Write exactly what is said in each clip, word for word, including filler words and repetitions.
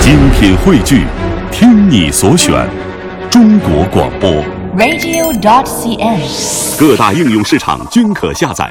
精品汇聚，听你所选，中国广播 radio dot c n， 各大应用市场均可下载。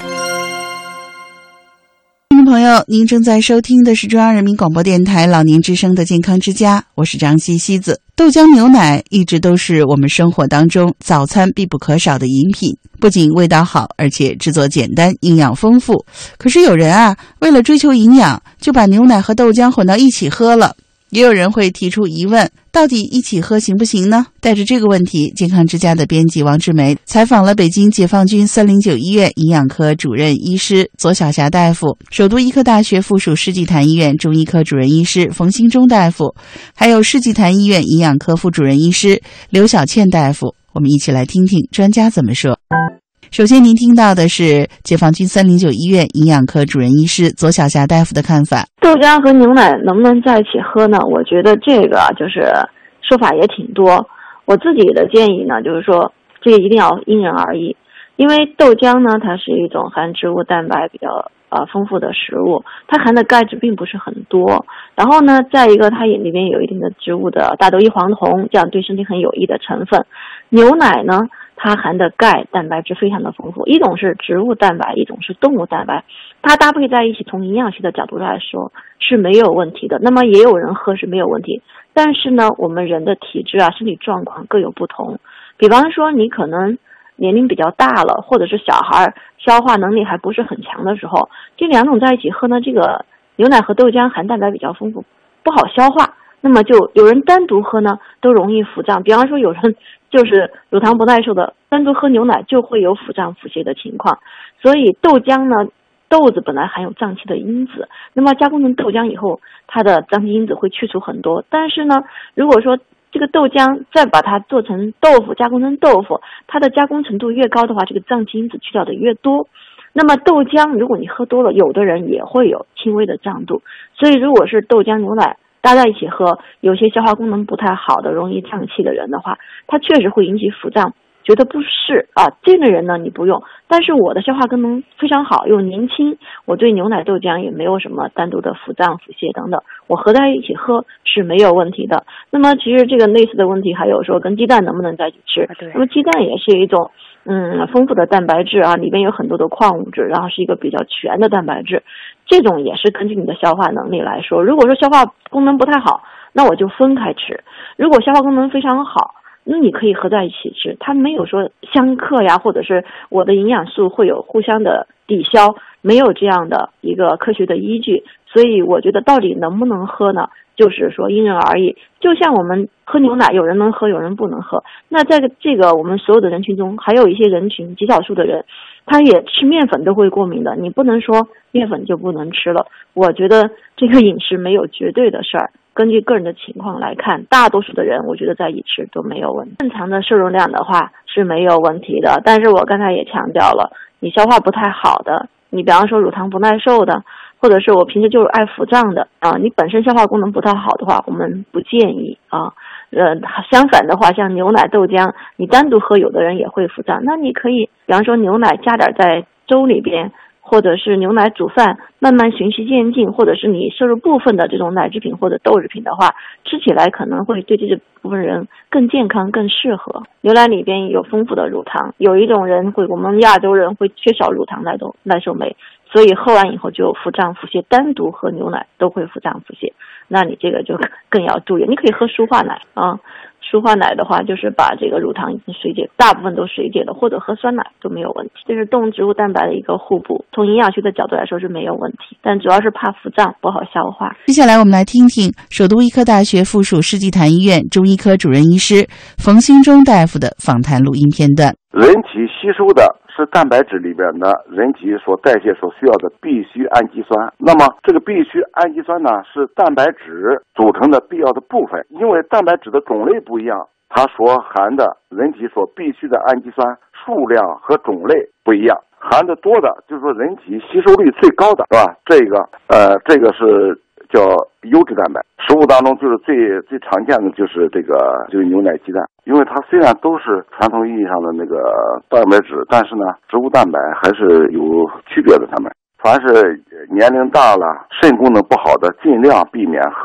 听众朋友，您正在收听的是中央人民广播电台老年之声的健康之家，我是张西西子。豆浆牛奶一直都是我们生活当中早餐必不可少的饮品，不仅味道好，而且制作简单，营养丰富。可是有人啊，为了追求营养，就把牛奶和豆浆混到一起喝了。也有人会提出疑问，到底一起喝行不行呢？带着这个问题，健康之家的编辑王志梅采访了北京解放军三零九医院营养科主任医师左晓霞大夫，首都医科大学附属世纪坛医院中医科主任医师冯兴忠大夫，还有世纪坛医院营养科副主任医师刘小倩大夫。我们一起来听听专家怎么说。首先您听到的是解放军三零九医院营养科主任医师左晓霞大夫的看法。 豆浆和牛奶能不能在一起喝呢？我觉得这个就是说法也挺多。我自己的建议呢，就是说这个一定要因人而异。因为豆浆呢，它是一种含植物蛋白比较呃丰富的食物，它含的钙质并不是很多。然后呢，再一个它也里面有一定的植物的大豆异黄酮，这样对身体很有益的成分。牛奶呢，它含的钙蛋白质非常的丰富，一种是植物蛋白，一种是动物蛋白，它搭配在一起，从营养学的角度来说是没有问题的。那么也有人喝是没有问题，但是呢，我们人的体质啊、身体状况各有不同。比方说你可能年龄比较大了，或者是小孩消化能力还不是很强的时候，这两种在一起喝呢，这个牛奶和豆浆含蛋白比较丰富，不好消化，那么就有人单独喝呢都容易腹胀。比方说有人就是乳糖不耐受的，单独喝牛奶就会有腹胀腹泻的情况。所以豆浆呢，豆子本来含有胀气的因子，那么加工成豆浆以后，它的胀气因子会去除很多。但是呢，如果说这个豆浆再把它做成豆腐，加工成豆腐，它的加工程度越高的话，这个胀气因子去掉的越多。那么豆浆如果你喝多了，有的人也会有轻微的胀肚。所以如果是豆浆牛奶搭在一起喝，有些消化功能不太好的、容易胀气的人的话，它确实会引起腹胀，觉得不适啊。这类人呢，你不用。但是我的消化功能非常好，又年轻，我对牛奶豆浆也没有什么单独的腹胀、腹泻等等，我合在一起喝是没有问题的。那么其实这个类似的问题还有说跟鸡蛋能不能在一起吃？那么鸡蛋也是一种嗯丰富的蛋白质啊，里面有很多的矿物质，然后是一个比较全的蛋白质。这种也是根据你的消化能力来说，如果说消化功能不太好，那我就分开吃；如果消化功能非常好，那你可以合在一起吃。它没有说相克呀，或者是我的营养素会有互相的抵消，没有这样的一个科学的依据。所以我觉得到底能不能喝呢，就是说因人而异。就像我们喝牛奶，有人能喝，有人不能喝。那在这个我们所有的人群中，还有一些人群极少数的人，他也吃面粉都会过敏的，你不能说面粉就不能吃了。我觉得这个饮食没有绝对的事儿，根据个人的情况来看，大多数的人我觉得在一起吃都没有问题。正常的摄入量的话是没有问题的，但是我刚才也强调了，你消化不太好的，你比方说乳糖不耐受的，或者是我平时就是爱腹胀的啊，你本身消化功能不太好的话，我们不建议啊。呃，相反的话，像牛奶、豆浆，你单独喝，有的人也会腹胀。那你可以，比方说牛奶加点在粥里边，或者是牛奶煮饭，慢慢循序渐进，或者是你摄入部分的这种奶制品或者豆制品的话，吃起来可能会对这部分人更健康、更适合。牛奶里边有丰富的乳糖，有一种人会，我们亚洲人会缺少乳糖耐受耐受酶，所以喝完以后就腹胀腹泻，单独喝牛奶都会腹胀腹泻，那你这个就更要注意。你可以喝舒化奶啊，舒化奶的话就是把这个乳糖已经水解，大部分都水解了，或者喝酸奶都没有问题。这是动物植物蛋白的一个互补，从营养学的角度来说是没有问题，但主要是怕腹胀不好消化。 接下来我们来听听首都医科大学附属世纪坛医院中医科主任医师冯兴忠大夫的访谈录音片段。 人体吸收的是蛋白质里边的人体所代谢所需要的必需氨基酸，那么这个必需氨基酸呢，是蛋白质组成的必要的部分。因为蛋白质的种类不一样，它所含的人体所必需的氨基酸数量和种类不一样，含的多的就是说人体吸收率最高的，是吧？这个呃，这个是叫优质蛋白。食物当中就是最最常见的就是这个就是牛奶鸡蛋，因为它虽然都是传统意义上的那个蛋白质，但是呢植物蛋白还是有区别的。它们凡是年龄大了肾功能不好的，尽量避免喝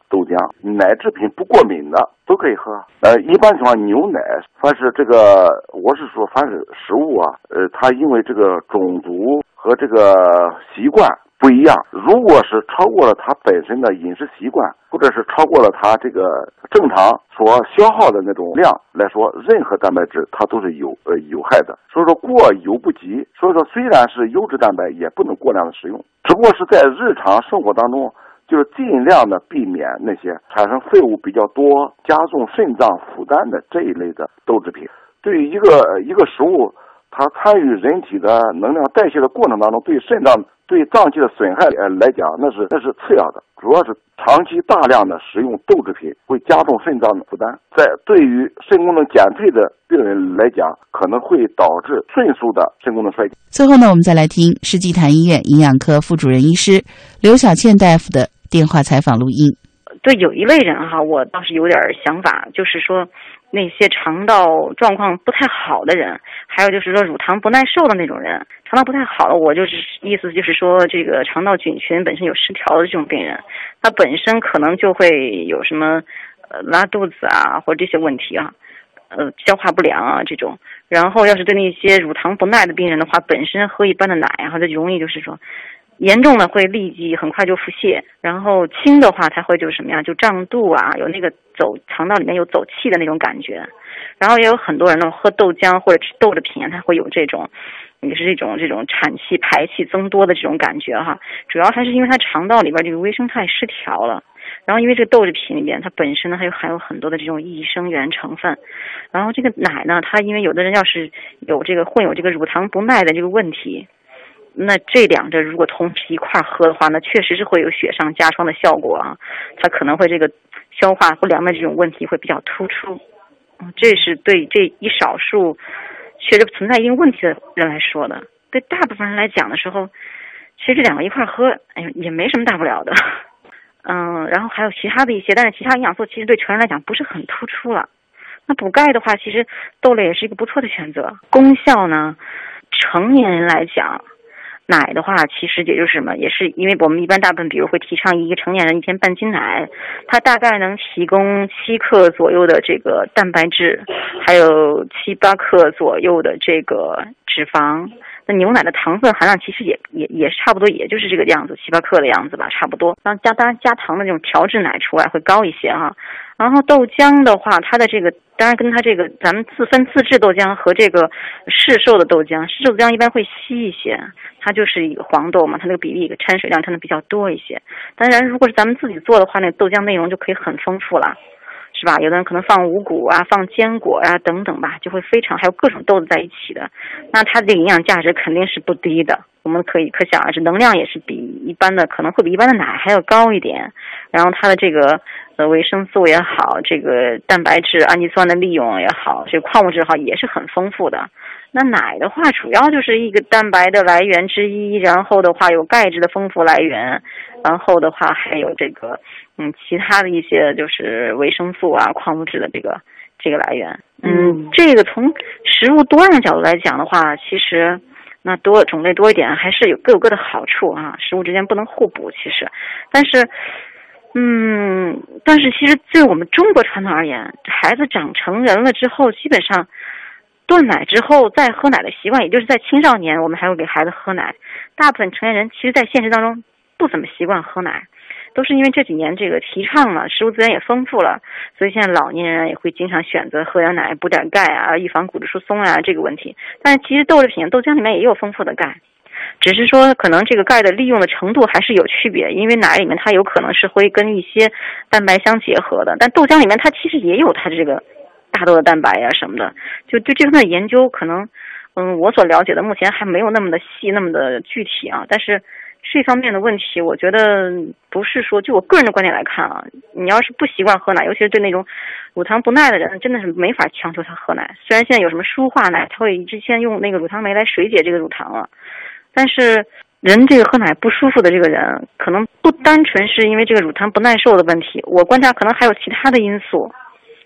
豆浆，奶制品不过敏的都可以喝。呃，一般情况牛奶，凡是这个，我是说凡是食物啊，呃，它因为这个种族和这个习惯不一样，如果是超过了它本身的饮食习惯，或者是超过了它这个正常所消耗的那种量来说，任何蛋白质它都是有呃有害的。所以说过犹不及，所以说虽然是优质蛋白，也不能过量的食用，只不过是在日常生活当中，就是尽量的避免那些产生废物比较多、加重肾脏负担的这一类的豆制品。对于一个一个食物，它参与人体的能量代谢的过程当中，对肾脏、对脏器的损害呃来讲，那是那是次要的。主要是长期大量的食用豆制品会加重肾脏的负担，在对于肾功能减退的病人来讲，可能会导致迅速的肾功能衰竭。 最后呢，我们再来听世纪坛医院营养科副主任医师刘小倩大夫的电话采访录音。 对，有一类人哈，我倒是有点想法，就是说那些肠道状况不太好的人，还有就是说乳糖不耐受的那种人，肠道不太好了，我就是意思就是说这个肠道菌群本身有失调的这种病人，他本身可能就会有什么呃拉肚子啊，或者这些问题啊，呃消化不良啊这种。然后要是对那些乳糖不耐的病人的话，本身喝一般的奶，然后就容易就是说严重的会立即很快就腹泻，然后轻的话它会就是什么呀，就胀肚啊，有那个走肠道里面有走气的那种感觉。然后也有很多人呢喝豆浆或者吃豆制品，它会有这种也是这种这种产气排气增多的这种感觉哈。主要还是因为它肠道里边这个微生态失调了，然后因为这个豆制品里边它本身呢还有含有很多的这种益生元成分，然后这个奶呢，它因为有的人要是有这个混有这个乳糖不耐的这个问题，那这两者如果同时一块喝的话，那确实是会有雪上加霜的效果啊，它可能会这个消化不良的这种问题会比较突出。这是对这一少数确实存在一定问题的人来说的。对大部分人来讲的时候，其实这两个一块喝，哎呀，也没什么大不了的。嗯，然后还有其他的一些，但是其他营养素其实对成人来讲不是很突出了。那补钙的话，其实豆类也是一个不错的选择。功效呢，成年人来讲，奶的话其实也就是什么，也是因为我们一般大部分比如会提倡一个成年人一天半斤奶，它大概能提供七克左右的这个蛋白质，还有七八克左右的这个脂肪。那牛奶的糖分含量其实也也也差不多，也就是这个样子，七八克的样子吧，差不多。然后加当然加糖的这种调制奶出来会高一些哈。然后豆浆的话，它的这个当然跟它这个咱们自分自制豆浆和这个市售的豆浆，市售豆浆一般会稀一些，它就是一个黄豆嘛，它那个比例掺水量掺的比较多一些。当然如果是咱们自己做的话，那豆浆内容就可以很丰富了，是吧？有的人可能放五谷啊，放坚果啊等等吧，就会非常还有各种豆子在一起的，那它的营养价值肯定是不低的。我们可以可想而知，能量也是比一般的可能会比一般的奶还要高一点。然后它的这个呃维生素也好，这个蛋白质、氨基酸的利用也好，这个矿物质也好，也是很丰富的。那奶的话，主要就是一个蛋白的来源之一，然后的话有钙质的丰富来源，然后的话还有这个嗯其他的一些就是维生素啊、矿物质的这个这个来源。嗯，这个从食物多样角度来讲的话，其实那多种类多一点还是有各有各的好处啊，食物之间不能互补其实。但是嗯，但是其实对我们中国传统而言，孩子长成人了之后，基本上断奶之后再喝奶的习惯，也就是在青少年我们还会给孩子喝奶。大部分成年人其实在现实当中不怎么习惯喝奶，都是因为这几年这个提倡了，食物资源也丰富了，所以现在老年人也会经常选择喝点奶补点钙啊，预防骨质疏松啊这个问题。但是其实豆制品豆浆里面也有丰富的钙，只是说可能这个钙的利用的程度还是有区别，因为奶里面它有可能是会跟一些蛋白相结合的，但豆浆里面它其实也有它这个大豆的蛋白呀、啊、什么的。就对这方面的研究可能嗯我所了解的目前还没有那么的细那么的具体啊，但是这方面的问题我觉得不是说就我个人的观点来看啊，你要是不习惯喝奶，尤其是对那种乳糖不耐的人，真的是没法强求他喝奶。虽然现在有什么舒化奶，他会之前用那个乳糖酶来水解这个乳糖了，但是人这个喝奶不舒服的这个人，可能不单纯是因为这个乳糖不耐受的问题，我观察可能还有其他的因素，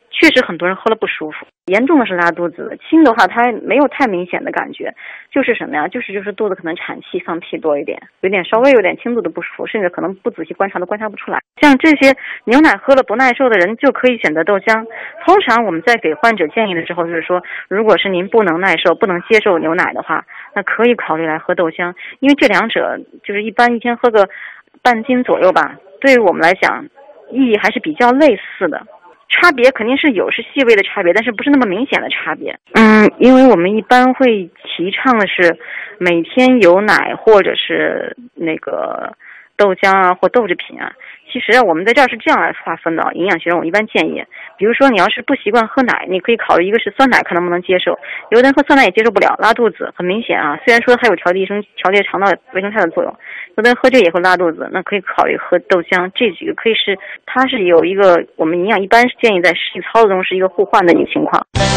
确实很多人喝了不舒服，严重的是拉肚子，轻的话它没有太明显的感觉，就是什么呀？就是就是肚子可能产气放屁多一点，有点稍微有点轻度的不舒服，甚至可能不仔细观察都观察不出来。像这些牛奶喝了不耐受的人就可以选择豆浆。通常我们在给患者建议的时候就是说，如果是您不能耐受不能接受牛奶的话，那可以考虑来喝豆浆，因为这两者就是一般一天喝个半斤左右吧，对于我们来讲意义还是比较类似的。差别肯定是有，是细微的差别，但是不是那么明显的差别。嗯，因为我们一般会提倡的是每天有奶或者是那个豆浆啊或豆制品啊。其实啊，我们在这儿是这样来划分的。营养学上我一般建议，比如说你要是不习惯喝奶，你可以考虑一个是酸奶看能不能接受，有的人喝酸奶也接受不了，拉肚子很明显啊。虽然说它有调节生调节肠道卫生态的作用，有的人喝这也会拉肚子，那可以考虑喝豆浆。这几个可以是它是有一个我们营养一般是建议在实际操作中是一个互换的一个情况。